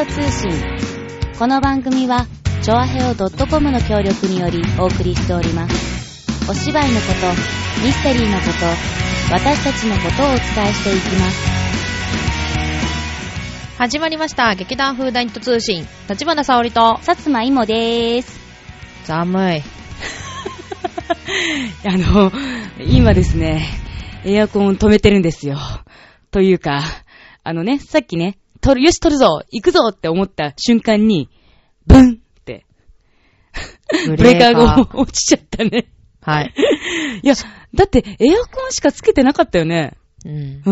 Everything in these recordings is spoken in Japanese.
ト通信。この番組はチョアヘオ .com の協力によりお送りしております。お芝居のこと、ミステリーのこと、私たちのことをお伝えしていきます。 始まりました。劇団フーダニット通信。立花沙織と薩摩いもです。 寒い。 今ですね、エアコンを止めてるんですよ。というか、さっきね、よし撮るぞ行くぞって思った瞬間に、ブンってブレーカーが落ちちゃったね。 はい。 いや、だってエアコンしかつけてなかったよね。うん。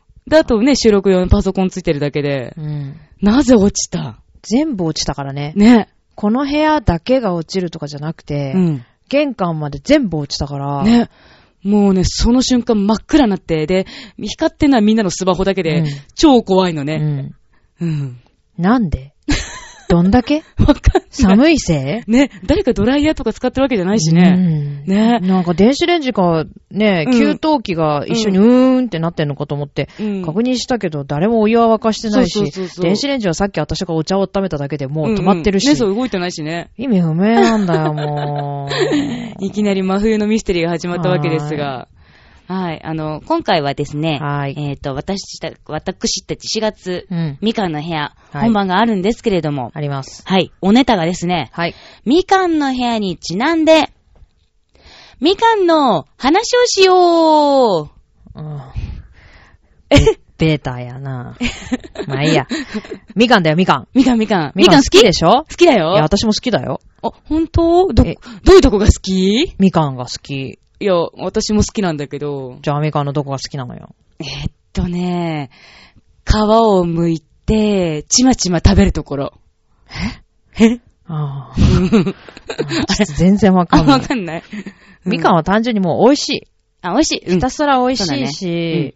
で、あとね、収録用のパソコンついてるだけで。なぜ落ちた？ 全部落ちたからね。 ね。 この部屋だけが落ちるとかじゃなくて、玄関まで全部落ちたから。 ね。もうね、その瞬間真っ暗になって、で、光ってんのはみんなのスマホだけで、超怖いのね。 なんで？どんだけ？ わかんない。 寒いせい？ ね、誰かドライヤーとか使ってるわけじゃないしね。ね。 なんか電子レンジかね、給湯器が一緒にってなってんのかと思って、確認したけど、誰もお湯は沸かしてないし、電子レンジはさっき私がお茶を温めただけでもう止まってるし。 ね、そう動いてないしね。 意味不明なんだよ、もう。 いきなり真冬のミステリーが始まったわけですが。はい。今回はですね、私たち4月、みかんの部屋、本番があるんですけれども、 あります。 はい。おネタがですね、みかんの部屋にちなんで、みかんの話をしよう。 ベータやな。まあいいや。みかんだよ、みかん。 みかん好きでしょ？ 好きだよ。 いや、私も好きだよ。 あ、本当？どういうとこが好き？ みかんが好き。 いや、私も好きなんだけど。 じゃあ、みかんのどこが好きなのよ。 皮を剥いて、ちまちま食べるところ。 ああ。全然わかんない。 わかんない。 みかんは単純にもう美味しい。 あ、美味しい。 ひたすら美味しいし、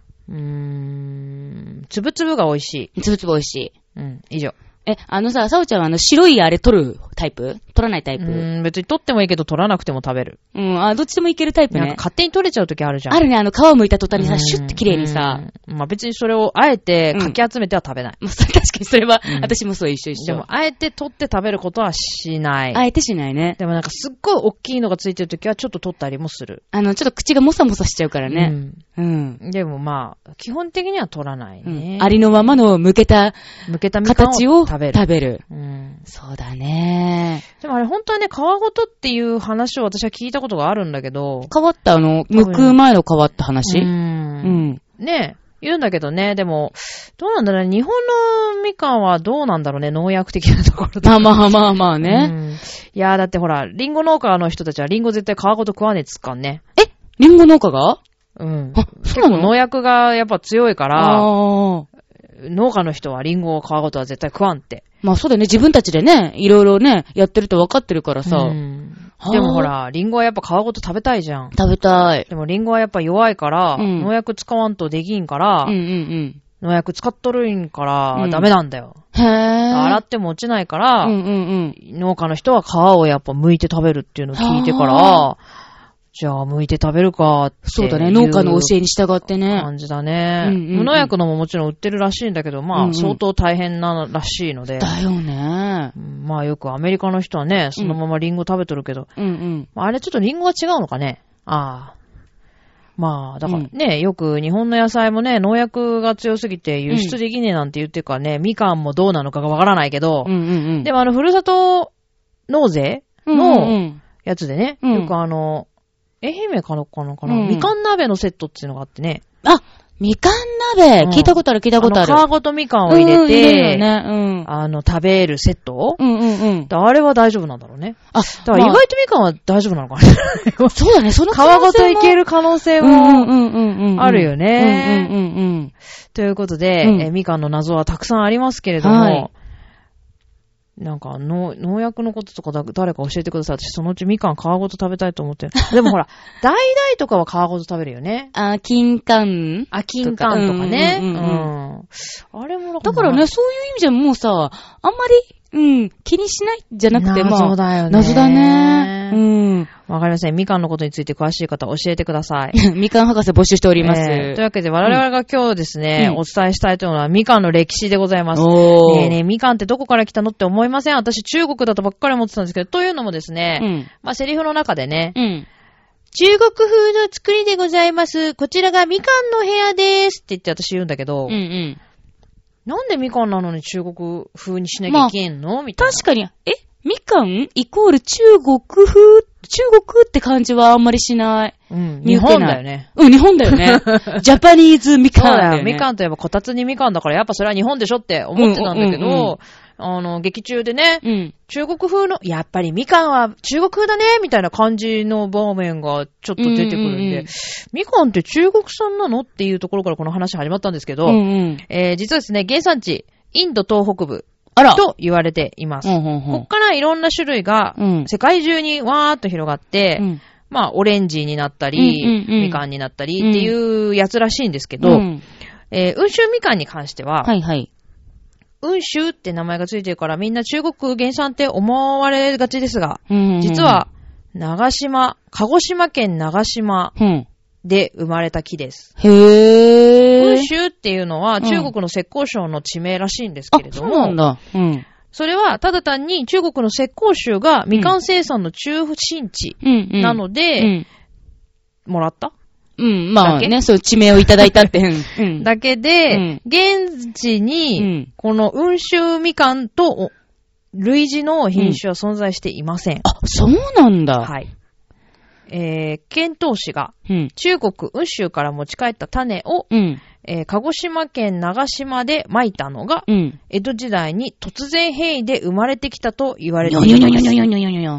つぶつぶが美味しい。 つぶつぶ美味しい。 以上。 さおちゃんは白いあれ取るタイプ？取らないタイプ？ 別に取ってもいいけど取らなくても食べる。 どっちでもいけるタイプね。 なんか勝手に取れちゃうときあるじゃん。 あるね、皮を剥いた途端にさ、シュッて綺麗にさ。 まあ別にそれをあえてかき集めては食べない。 確かにそれは、私もそう一緒。 でもあえて取って食べることはしない。 あえてしないね。 でもなんかすっごい大きいのがついてるときはちょっと取ったりもする。 ちょっと口がもさもさしちゃうからね。 でもまあ、基本的には取らないね。 ありのままの剥けた形を食べる。そうだね。 でもあれ本当はね、皮ごとっていう話を私は聞いたことがあるんだけど。 変わった剥く前の皮って話？ ねえ、言うんだけどね、でも、どうなんだろうね、日本のみかんはどうなんだろうね、農薬的なところと。 まあね。 いやーだってほら、リンゴ農家の人たちはリンゴ絶対皮ごと食わねえっつっかんね。 リンゴ農家が？ そうなの？農薬がやっぱ強いから、農家の人はリンゴを皮ごとは絶対食わんって。 まあそうだよね。自分たちでね、いろいろね、やってると分かってるからさ。 でもほら、リンゴはやっぱ皮ごと食べたいじゃん。 食べたい。 でもリンゴはやっぱ弱いから、農薬使わんとできんから、農薬使っとるんからダメなんだよ。洗っても落ちないから、農家の人は皮をやっぱ剥いて食べるっていうのを聞いてから、じゃあ、剥いて食べるかって。 そうだね。農家の教えに従ってね。 感じだね。無農薬のももちろん売ってるらしいんだけど、まあ、相当大変ならしいので。 だよね。 まあ、よくアメリカの人はね、そのままリンゴ食べとるけど。あれちょっとリンゴが違うのかね。まあ、だからね、よく日本の野菜もね、農薬が強すぎて輸出できねえなんて言ってるからね、みかんもどうなのかがわからないけど、でもふるさと納税のやつでね、よく愛媛かのかな、みかん鍋のセットっていうのがあってね。 みかん鍋、聞いたことある。皮ごとみかんを入れて、食べるセット？あれは大丈夫なんだろうね。だから意外とみかんは大丈夫なのかね。 そうだね、その皮ごといける可能性もあるよね。ということで、みかんの謎はたくさんありますけれども、なんか農薬のこととか誰か教えてください。私そのうちみかん皮ごと食べたいと思ってる。でもほら、橙とかは皮ごと食べるよね。 金柑。 金柑とかね。あれもだからね、そういう意味じゃもうさ、あんまり、気にしないじゃなくて、 謎だよね。 謎だね。 うん。わかりません。みかんのことについて詳しい方教えてください。 みかん博士募集しております。というわけで我々が今日ですね、お伝えしたいというのはみかんの歴史でございます。ねえねえ、みかんってどこから来たのって思いません？私中国だとばっかり思ってたんですけど、というのもですね、まあセリフの中でね、中国風の作りでございます。こちらがみかんの部屋ですって言って私言うんだけど、なんでみかんなのに中国風にしなきゃいけんの、みたいな。 確かに、みかんイコール中国って感じはあんまりしない。 日本だよね。 日本だよね。ジャパニーズみかんだよね。 そうだよ。みかんといえばこたつにみかんだからやっぱそれは日本でしょって思ってたんだけど、劇中でね、中国風の、やっぱりみかんは中国風だね、みたいな感じの場面がちょっと出てくるんで、みかんって中国産なのっていうところからこの話始まったんですけど、実はですね、原産地、インド東北部と言われています。こっからいろんな種類が世界中にわーっと広がって、まあ、オレンジになったり、みかんになったりっていうやつらしいんですけど、温州みかんに関しては、温州って名前がついてるからみんな中国原産って思われがちですが、実は鹿児島県長島で生まれた木です。温州っていうのは中国の浙江省の地名らしいんですけれども、 そうなんだ。 それはただ単に中国の浙江州がみかん生産の中心地なので、もらったまあね、そういう地名をいただいたって。 だけで、現地に、この温州みかんと類似の品種は存在していません。 そうなんだ。 はい。遣唐使が、中国温州から持ち帰った種を、鹿児島県長島で蒔いたのが、江戸時代に突然変異で生まれてきたと言われています。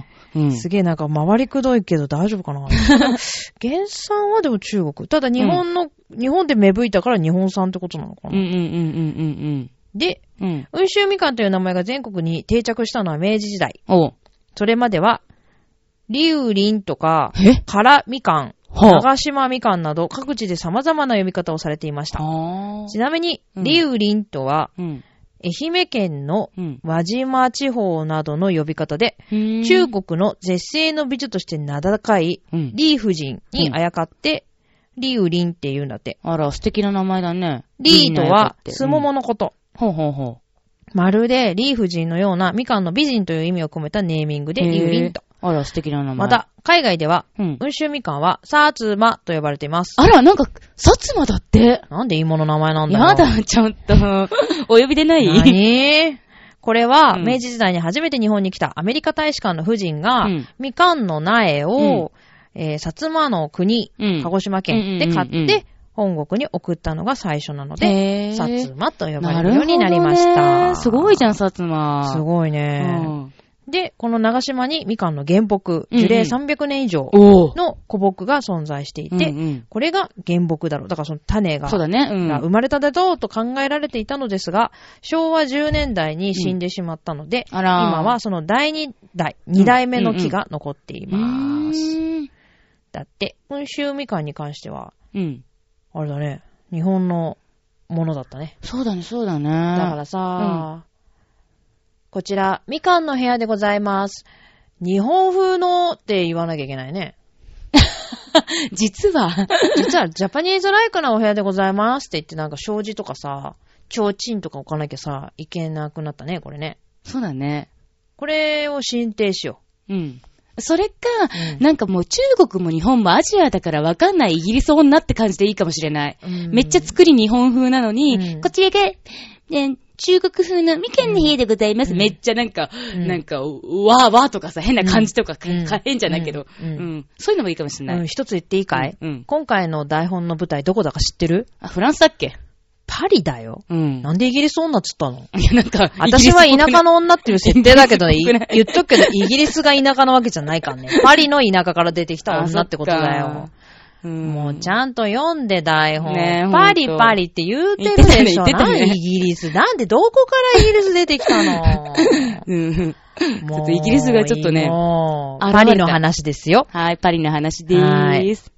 すげえなんか回りくどいけど大丈夫かな原産はでも中国。ただ日本で芽吹いたから日本産ってことなのかな。で、温州みかんという名前が全国に定着したのは明治時代。それまでは、龍林とか、唐みかん、長島みかんなど各地で様々な読み方をされていました。ちなみに、龍林とは、愛媛県の輪島地方などの呼び方で、中国の絶世の美女として名高い李夫人にあやかって、李雨林って言うんだって。 あら、素敵な名前だね。 李とは、すもものこと。まるで李夫人のようなみかんの美人という意味を込めたネーミングで李雨林と。 あら、素敵な名前。 また、海外では、温州みかんは、薩摩と呼ばれています。 あら、なんか、薩摩だって。 なんで芋の名前なんだろう。 やだ、ちょっと。お呼びでない？ 何？これは、明治時代に初めて日本に来たアメリカ大使館の夫人が、みかんの苗を、薩摩の国、鹿児島県で買って、本国に送ったのが最初なので、薩摩と呼ばれるようになりました。 すごいじゃん、薩摩。 すごいね。で、この長島にみかんの原木、樹齢300年以上の古木が存在していて、これが原木だろう。だからその種が生まれただろうと考えられていたのですが、昭和10年代に死んでしまったので、今はその2代目の木が残っています。だって、温州みかんに関しては、あれだね、日本のものだったね。 そうだね、そうだね。 だからさ、こちら、みかんの部屋でございます。日本風のって言わなきゃいけないね。 実は、 ジャパニーズライクなお部屋でございますって言って、なんか障子とかさ、提灯とか置かなきゃさ、いけなくなったね、これね。 そうだね。 これを申請しよう。それか、なんかもう中国も日本もアジアだからわかんないイギリス女って感じでいいかもしれない。めっちゃ作り日本風なのに、こちらが、中国風のみかんの家でございます。めっちゃなんか、わーとかさ、変な感じとか、変じゃないけど、そういうのもいいかもしれない。 一つ言っていいかい？今回の台本の舞台どこだか知ってる？ フランスだっけ？ パリだよ。なんでイギリス女っつったの？ いや、なんか、 私は田舎の女っていう設定だけどね、言っとくけど、イギリスが田舎なわけじゃないからね。パリの田舎から出てきた女ってことだよ。もうちゃんと読んで台本。パリパリって言うてるでしょ。なんでイギリス？なんでどこからイギリス出てきたの？ ちょっとイギリスがちょっとね。 パリの話ですよ。 はい、パリの話でーす。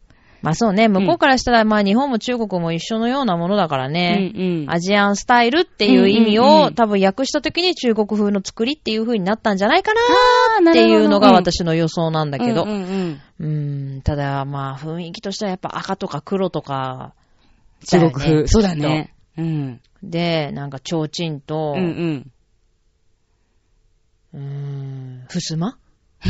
まあそうね、向こうからしたら、まあ日本も中国も一緒のようなものだからね、アジアンスタイルっていう意味を、多分訳した時に中国風の作りっていう風になったんじゃないかなっていうのが私の予想なんだけど、ただまあ雰囲気としてはやっぱ赤とか黒とか、 中国風、そうだね。 で、なんか提灯と、ふすまか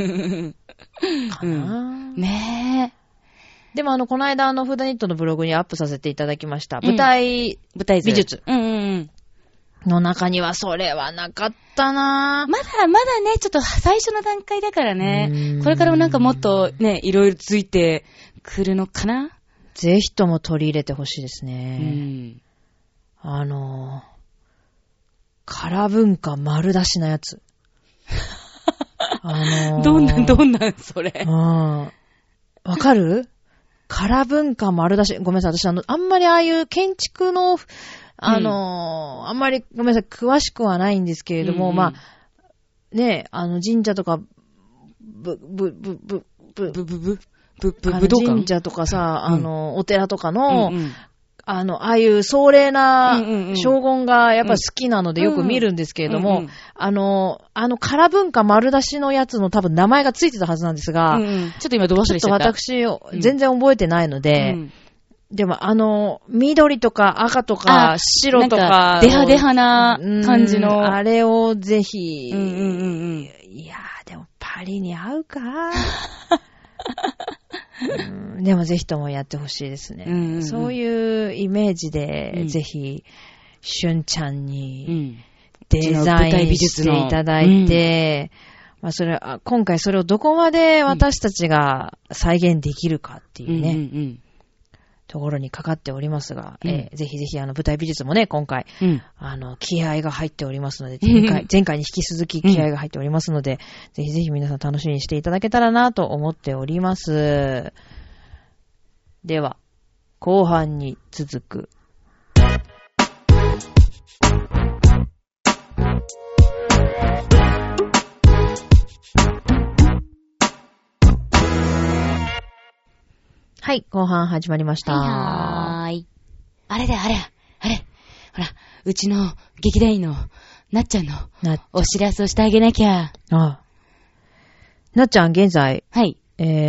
な、 ねえ。でもこの間フーダニットのブログにアップさせていただきました。舞台美術。の中にはそれはなかったなぁ。 まだね、ちょっと最初の段階だからね。これからもなんかもっとね、いろいろついてくるのかな。 ぜひとも取り入れてほしいですね。カラ文化丸出しなやつ。 どんなんそれ。 わかる？カラ文化丸出し。ごめんなさい、私あんまりああいう建築の、あんまりごめんなさい、詳しくはないんですけれども、まあ、ね、神社とか、神社とかさ、お寺とかの、ああいう壮麗な荘厳がやっぱ好きなのでよく見るんですけれども、カラ文化丸出しのやつの多分名前がついてたはずなんですが、 ちょっと今ど忘れしちゃった。 ちょっと私、全然覚えてないので、でも緑とか赤とか白とか、 デハデハな感じの。 あれをぜひ、いやー、でもパリに合うかでもぜひともやってほしいですね、そういうイメージで、ぜひ、しゅんちゃんにデザインしていただいて、まあ今回それをどこまで私たちが再現できるかっていうね、ところにかかっておりますが、ぜひぜひ舞台美術もね、今回、気合が入っておりますので、前回に引き続き気合が入っておりますので、ぜひぜひ皆さん楽しみにしていただけたらなと思っております。では、後半に続く。はい、後半始まりました。 あれ。ほら、うちの劇団員のなっちゃんのお知らせをしてあげなきゃ。 なっちゃん現在、 はい。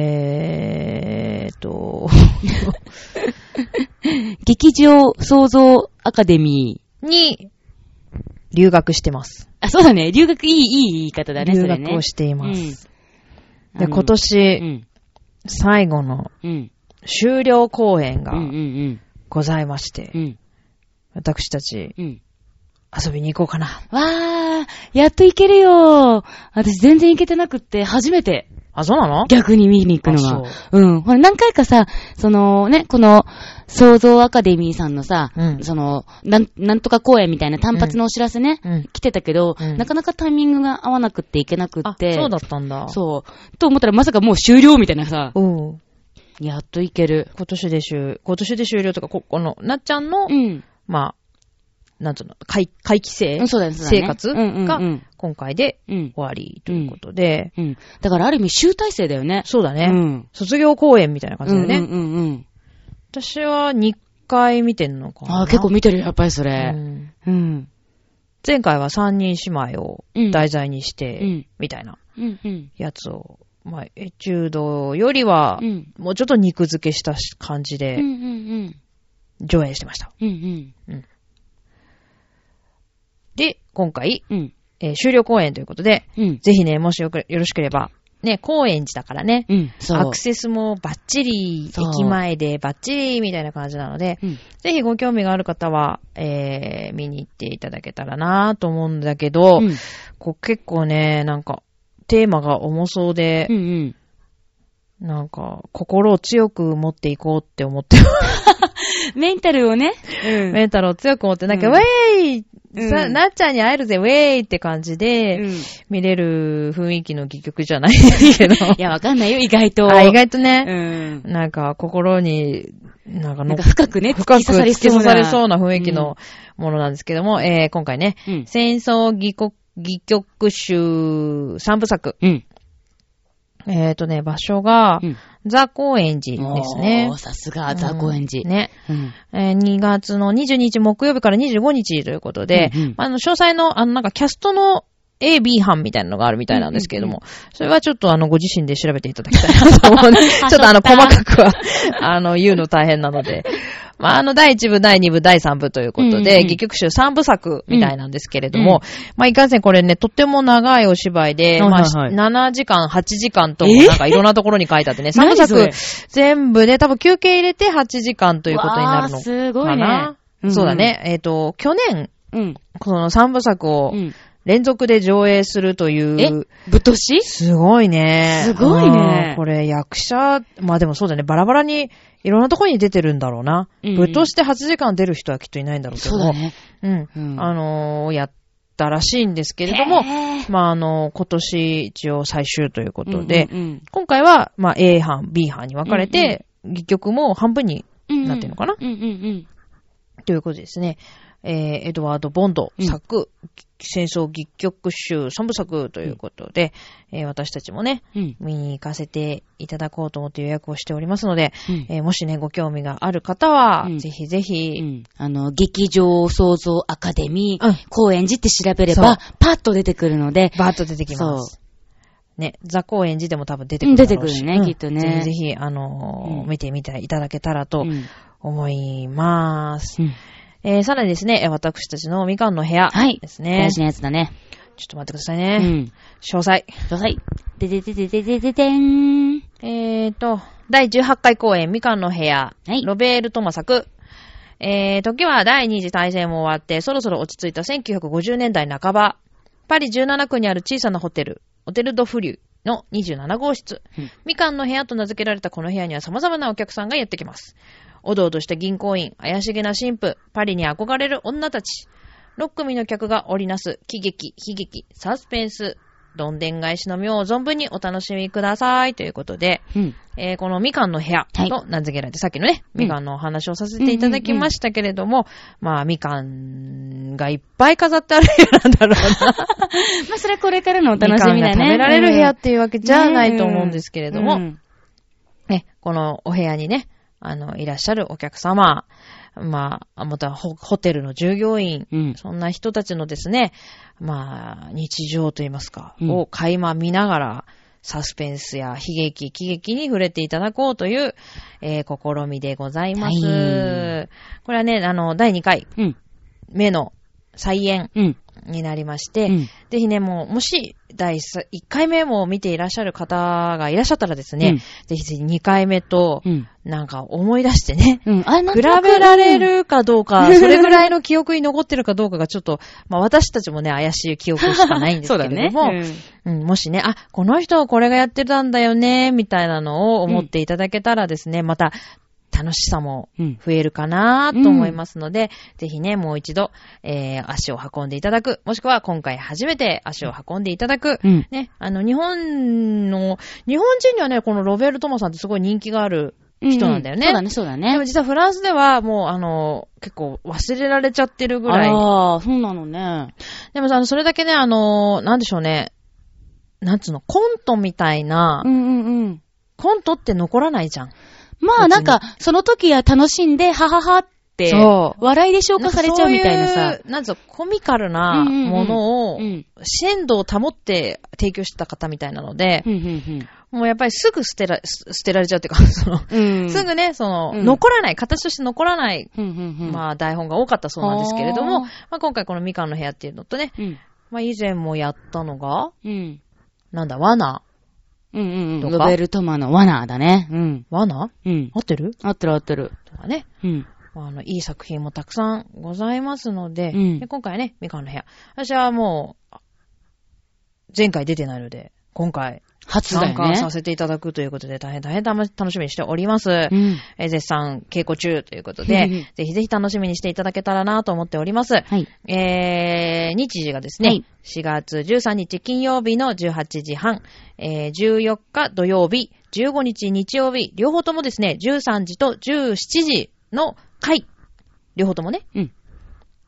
劇場創造アカデミーに留学してます。 あ、そうだね。留学いい言い方だね。 留学をしています。で、今年、最後の終了公演がございまして、私たち、遊びに行こうかな。 わー、やっと行けるよ。私全然行けてなくって、初めて。 あ、そうなの？ 逆に見に行くのが。ほら、何回かさ、この、創造アカデミーさんのさ、なんとか公演みたいな単発のお知らせね、来てたけど、なかなかタイミングが合わなくって行けなくって。 そうだったんだ。 そう。と思ったらまさかもう終了みたいなさ。やっと行ける。 今年で終了とか、この、なっちゃんの、まあ、なんつうの、回帰生活が今回で終わりということで。 だからある意味集大成だよね。 そうだね。卒業公演みたいな感じだよね。私は2回見てんのかな。 結構見てるよ、やっぱりそれ。 前回は3人姉妹を題材にして、みたいなやつを、まあ、エチュードよりは、もうちょっと肉付けした感じで、上映してました。で、今回、終了公演ということで、ぜひね、もしよろしければ、ね、高円寺だからね、アクセスもバッチリ、駅前でバッチリみたいな感じなので、ぜひご興味がある方は、見に行っていただけたらなと思うんだけど、結構ね、なんか、テーマが重そうで、なんか、心を強く持っていこうって思ってメンタルをね、 メンタルを強く持って、なんか、ウェイなっちゃんに会えるぜ、ウェイって感じで、見れる雰囲気の戯曲じゃないけど。 いや、わかんないよ、意外と。 意外とね。なんか、心に、なんか深くね、 突き刺さりそうな雰囲気のものなんですけども、今回ね、戦争戯曲集3部作。場所が、 ザ・高円寺ですね。 さすが、ザ・高円寺。 ね。2月の22日木曜日から25日ということで、詳細の、なんかキャストのA、B 班みたいなのがあるみたいなんですけれども、それはちょっとご自身で調べていただきたいなと思うので、ちょっと細かくは、言うの大変なので、第1部、第2部、第3部ということで、戯曲集3部作みたいなんですけれども、いかんせんこれね、とっても長いお芝居で、7時間、8時間ともなんかいろんなところに書いてあってね、3部作全部で多分休憩入れて8時間ということになるのかな。 すごいね。 そうだね。去年、この3部作を、連続で上映するという。 ぶっ通し？ すごいね。 すごいね。 これ役者、でもそうだね、バラバラにいろんなところに出てるんだろうな。ぶっ通して8時間出る人はきっといないんだろうけど。 そうだね。 やったらしいんですけれども、今年一応最終ということで、今回は、A 班、B 班に分かれて、戯曲も半分になってるのかなということですね。エドワード・ボンド作、戦争戯曲集3部作ということで、私たちもね、見に行かせていただこうと思って予約をしておりますので、もしね、ご興味がある方は、ぜひぜひ、 劇場創造アカデミー、高円寺って調べれば、パッと出てくるので、 バーッと出てきます。ね、ザ・高円寺でも多分出てくるだろうし。 出てくるね、きっとね。 ぜひぜひ、見てみていただけたらと思います。さらにですね、私たちのみかんの部屋ですね。 大事なやつだね。 ちょっと待ってくださいね。詳細。 ででででででででん。 第18回公演、みかんの部屋。ロベール・トマ作。時は第二次大戦も終わって、そろそろ落ち着いた1950年代半ば。パリ17区にある小さなホテル、ホテル・ド・フリュの27号室。みかんの部屋と名付けられたこの部屋には様々なお客さんがやってきます。おどおどした銀行員、怪しげな神父、パリに憧れる女たち。6組の客が織りなす喜劇、悲劇、サスペンス、どんでん返しの妙を存分にお楽しみくださいということで、このみかんの部屋と名付けられて、さっきのね、みかんのお話をさせていただきましたけれども、みかんがいっぱい飾ってある部屋なんだろうな。 それこれからのお楽しみだね。 みかんが食べられる部屋っていうわけじゃないと思うんですけれども、このお部屋にね、いらっしゃるお客様、またホテルの従業員、そんな人たちのですね、日常といいますか、を垣間見ながら、サスペンスや悲劇、喜劇に触れていただこうという、試みでございます。これはね、第2回目の再演になりまして、ぜひね、もし第1回目も見ていらっしゃる方がいらっしゃったらですね、ぜひぜひ2回目と、なんか思い出してね、比べられるかどうか、それぐらいの記憶に残ってるかどうかがちょっと、私たちもね、怪しい記憶しかないんですけれども、もしね、この人はこれがやってたんだよね、みたいなのを思っていただけたらですね、また、楽しさも増えるかなと思いますので、ぜひね、もう一度、足を運んでいただく、もしくは今回初めて足を運んでいただく、ね、日本人にはね、このロベール・トマさんってすごい人気がある人なんだよね。 そうだね。 でも実はフランスではもう、結構忘れられちゃってるぐらい。 そうなのね。 でもそれだけね、なんでしょうね、なんつうの、コントみたいな、コントって残らないじゃん。 なんか、その時は楽しんで、はははって、笑いで消化されちゃうみたいなさ。 なんつうの、コミカルなものを、鮮度を保って提供してた方みたいなので、もうやっぱりすぐ捨てられちゃうっていうか、すぐね、残らない、形として残らない、台本が多かったそうなんですけれども、今回このみかんの部屋っていうのとね、以前もやったのが、なんだ、罠。 ロベール・トマの罠だね。 罠？合ってる？ 合ってる。 とかね。いい作品もたくさんございますので、今回はね、みかんの部屋。私はもう、前回出てないので、今回、 初だよね。 参加させていただくということで、大変楽しみにしております。絶賛稽古中ということで、ぜひぜひ楽しみにしていただけたらなと思っております。日時がですね、4月13日金曜日の18時半、14日土曜日、15日日曜日、両方ともですね、13時と17時の回、両方ともね、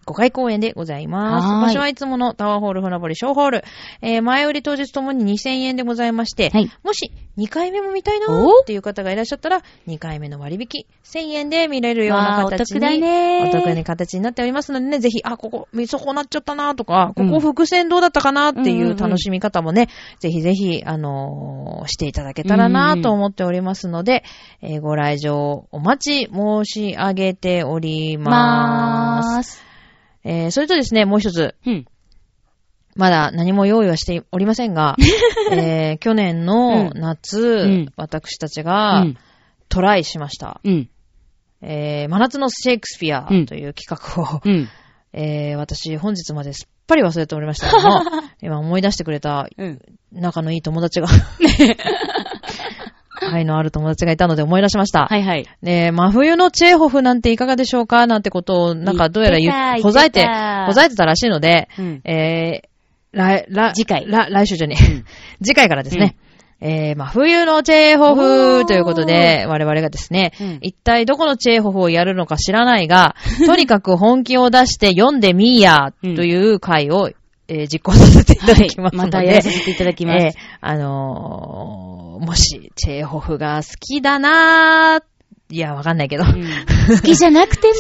5回公演でございます。場所はいつものタワーホール船堀小ホール。前売り当日ともに2000円でございまして、はい、もし2回目も見たいなーっていう方がいらっしゃったら、2回目の割引1000円で見れるような形に、お得な形になっておりますのでね、ぜひ、ここ見損なっちゃったなーとか、ここ伏線どうだったかなっていう楽しみ方もね、ぜひぜひ、していただけたらなと思っておりますので、ご来場お待ち申し上げております。それとですね、もう一つ。まだ何も用意はしておりませんが、去年の夏、私たちがトライしました。真夏のシェイクスピアという企画を、私本日まですっぱり忘れておりましたけども、今思い出してくれた仲のいい友達が、愛のある友達がいたので思い出しました。はいはい。真冬のチェーホフなんていかがでしょうかなんてことを、なんかどうやらほざえてたらしいので、次回。来週じゃねえ。次回からですね。真冬のチェーホフということで、我々がですね、一体どこのチェーホフをやるのか知らないが、とにかく本気を出して読んでみーやという回を、実行させていただきますので、 またやらさせていただきます。 もし、チェーホフが好きだなー、いや、わかんないけど、好きじゃなくても、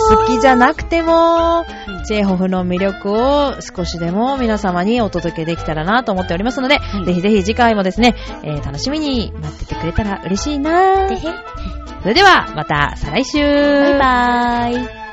チェーホフの魅力を少しでも皆様にお届けできたらなと思っておりますので、ぜひぜひ次回もですね、楽しみに待っててくれたら嬉しいなー。それでは、また再来週。 バイバーイ。